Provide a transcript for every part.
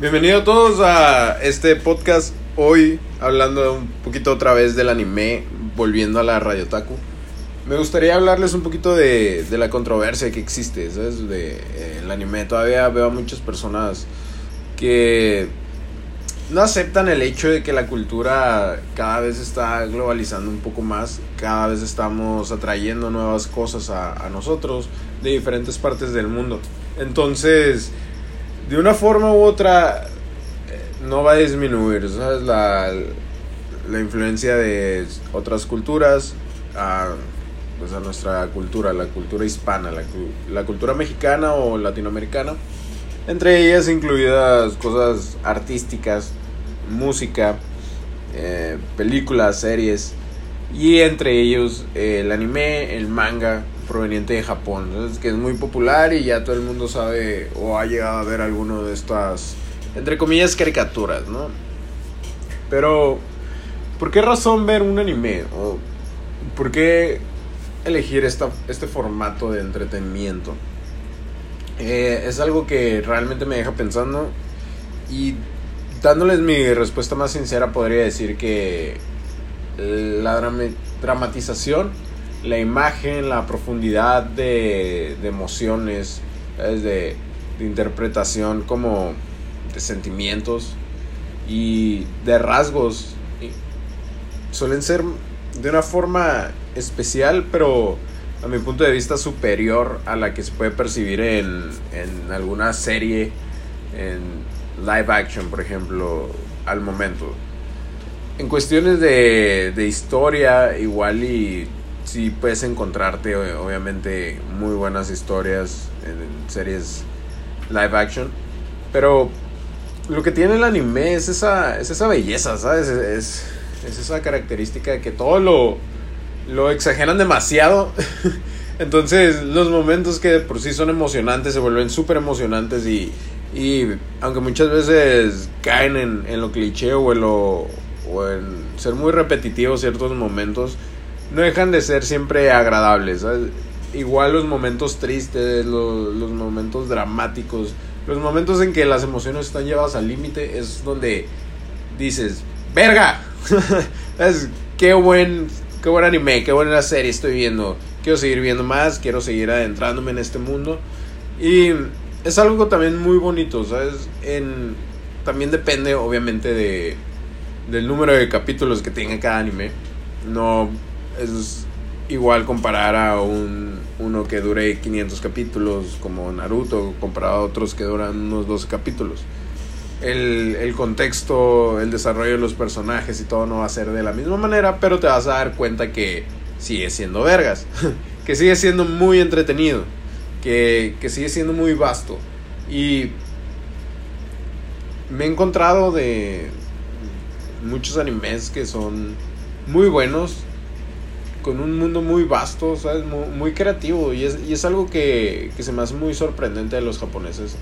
Bienvenido a todos a este podcast. Hoy hablando un poquito otra vez del anime, volviendo a la Radio Otaku. Me gustaría hablarles un poquito de la controversia que existe, ¿sabes? El anime. Todavía veo a muchas personas que no aceptan el hecho de que la cultura cada vez está globalizando un poco más. Cada vez estamos atrayendo nuevas cosas a nosotros de diferentes partes del mundo. Entonces, de una forma u otra, no va a disminuir, ¿sabes? La influencia de otras culturas a nuestra cultura, la cultura hispana, la cultura mexicana o latinoamericana. Entre ellas incluidas cosas artísticas, música, películas, series. Y entre ellos el anime, el manga proveniente de Japón, ¿sabes? Que es muy popular y ya todo el mundo sabe o ha llegado a ver alguno de estas, entre comillas, caricaturas, ¿no? Pero, ¿por qué razón ver un anime? ¿O por qué elegir este formato de entretenimiento? Es algo que realmente me deja pensando, y dándoles mi respuesta más sincera, podría decir que la dramatización, la imagen, la profundidad de emociones, ¿sabes? De interpretación, como de sentimientos y de rasgos, suelen ser de una forma especial, pero a mi punto de vista superior a la que se puede percibir en alguna serie, en live action, por ejemplo, al momento. En cuestiones de historia, igual y sí puedes encontrarte obviamente muy buenas historias en series live action, pero lo que tiene el anime es esa belleza, ¿sabes? Es esa característica de que todo lo exageran demasiado. Entonces los momentos que de por sí son emocionantes se vuelven súper emocionantes, y aunque muchas veces caen en lo cliché o en ser muy repetitivos ciertos momentos, no dejan de ser siempre agradables, ¿sabes? Igual los momentos tristes, los momentos dramáticos, los momentos en que las emociones están llevadas al límite, es donde dices, ¡verga! Qué buen anime, qué buena serie estoy viendo. Quiero seguir viendo más, quiero seguir adentrándome en este mundo. Y es algo también muy bonito, ¿sabes? También depende obviamente del número de capítulos que tenga cada anime. No es igual comparar a uno que dure 500 capítulos como Naruto, comparado a otros que duran unos 12 capítulos. El contexto, el desarrollo de los personajes y todo no va a ser de la misma manera, pero te vas a dar cuenta que sigue siendo vergas, que sigue siendo muy entretenido, que sigue siendo muy vasto. Y me he encontrado de muchos animes que son muy buenos, con un mundo muy vasto, ¿sabes? Muy creativo, y es algo que se me hace muy sorprendente de los japoneses.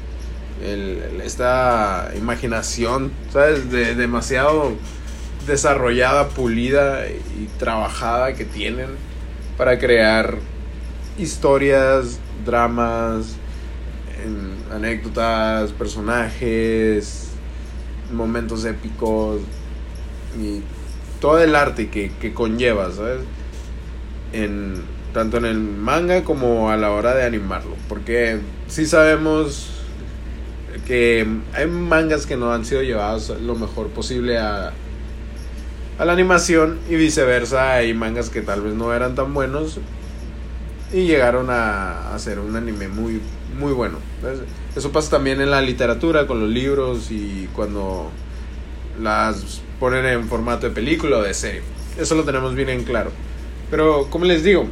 Esta imaginación, ¿sabes? demasiado desarrollada, pulida y trabajada que tienen para crear historias, dramas, anécdotas, personajes, momentos épicos y todo el arte que conlleva, ¿sabes? Tanto en el manga como a la hora de animarlo, porque sí sabemos que hay mangas que no han sido llevados lo mejor posible a la animación, y viceversa, hay mangas que tal vez no eran tan buenos y llegaron a hacer un anime muy, muy bueno. Eso pasa también en la literatura, con los libros, y cuando las ponen en formato de película o de serie. Eso lo tenemos bien en claro. Pero como les digo,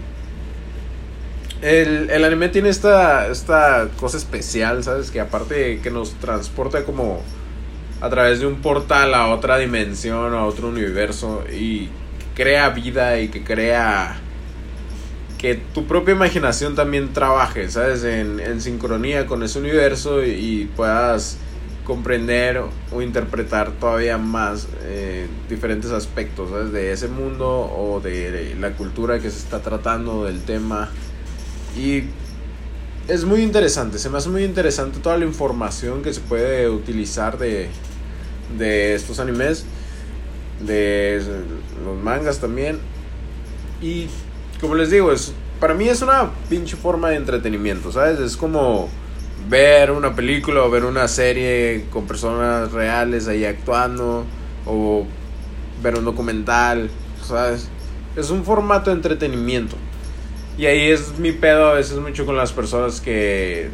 el anime tiene esta cosa especial, ¿sabes? Que aparte de que nos transporta como a través de un portal a otra dimensión, a otro universo, y crea vida, y que crea que tu propia imaginación también trabaje, ¿sabes? En sincronía con ese universo, y puedas comprender o interpretar todavía más diferentes aspectos, ¿sabes? De ese mundo o de la cultura que se está tratando, del tema. Y es muy interesante. Se me hace muy interesante toda la información que se puede utilizar de estos animes, de los mangas también. Y como les digo, para mí es una pinche forma de entretenimiento, ¿sabes? Es como ver una película o ver una serie con personas reales ahí actuando, o ver un documental, ¿sabes? Es un formato de entretenimiento. Y ahí es mi pedo a veces mucho con las personas que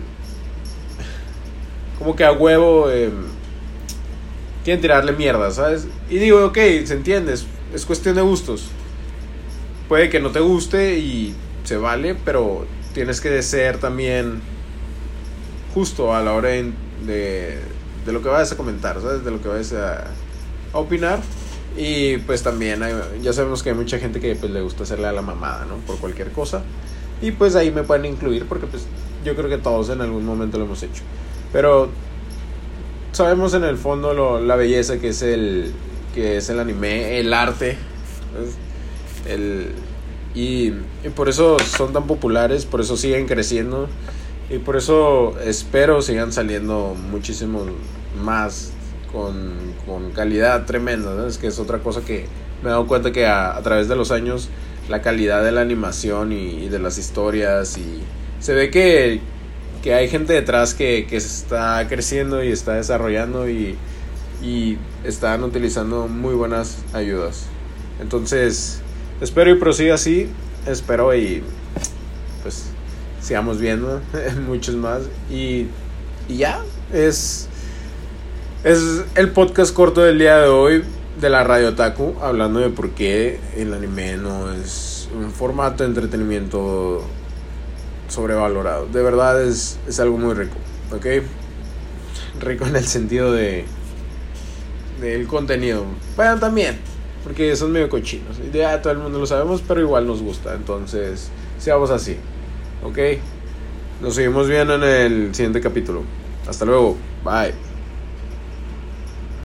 como que a huevo quieren tirarle mierda, ¿sabes? Y digo, ok, se entiende, es cuestión de gustos. Puede que no te guste y se vale, pero tienes que ser también justo a la hora de lo que vayas a comentar, ¿sabes? De lo que vayas a opinar. Y pues también ya sabemos que hay mucha gente que pues le gusta hacerle a la mamada, ¿no? Por cualquier cosa. Y pues ahí me pueden incluir porque pues yo creo que todos en algún momento lo hemos hecho. Pero sabemos en el fondo la belleza que es el anime, el arte, ¿sabes? Y por eso son tan populares, por eso siguen creciendo. Y por eso espero sigan saliendo muchísimos más con calidad tremenda, ¿no? Es que es otra cosa que me he dado cuenta que a través de los años la calidad de la animación y de las historias, y se ve que hay gente detrás que se está creciendo y está desarrollando y están utilizando muy buenas ayudas. Entonces espero y prosiga así, espero y pues sigamos viendo muchos más y ya es el podcast corto del día de hoy de la Radio Otaku, hablando de por qué el anime no es un formato de entretenimiento sobrevalorado. De verdad es algo muy rico, ¿ok? Rico en el sentido del contenido. Bueno, también, porque son medio cochinos. Ya todo el mundo lo sabemos, pero igual nos gusta. Entonces, seamos así, ¿ok? Nos seguimos viendo en el siguiente capítulo. Hasta luego, bye.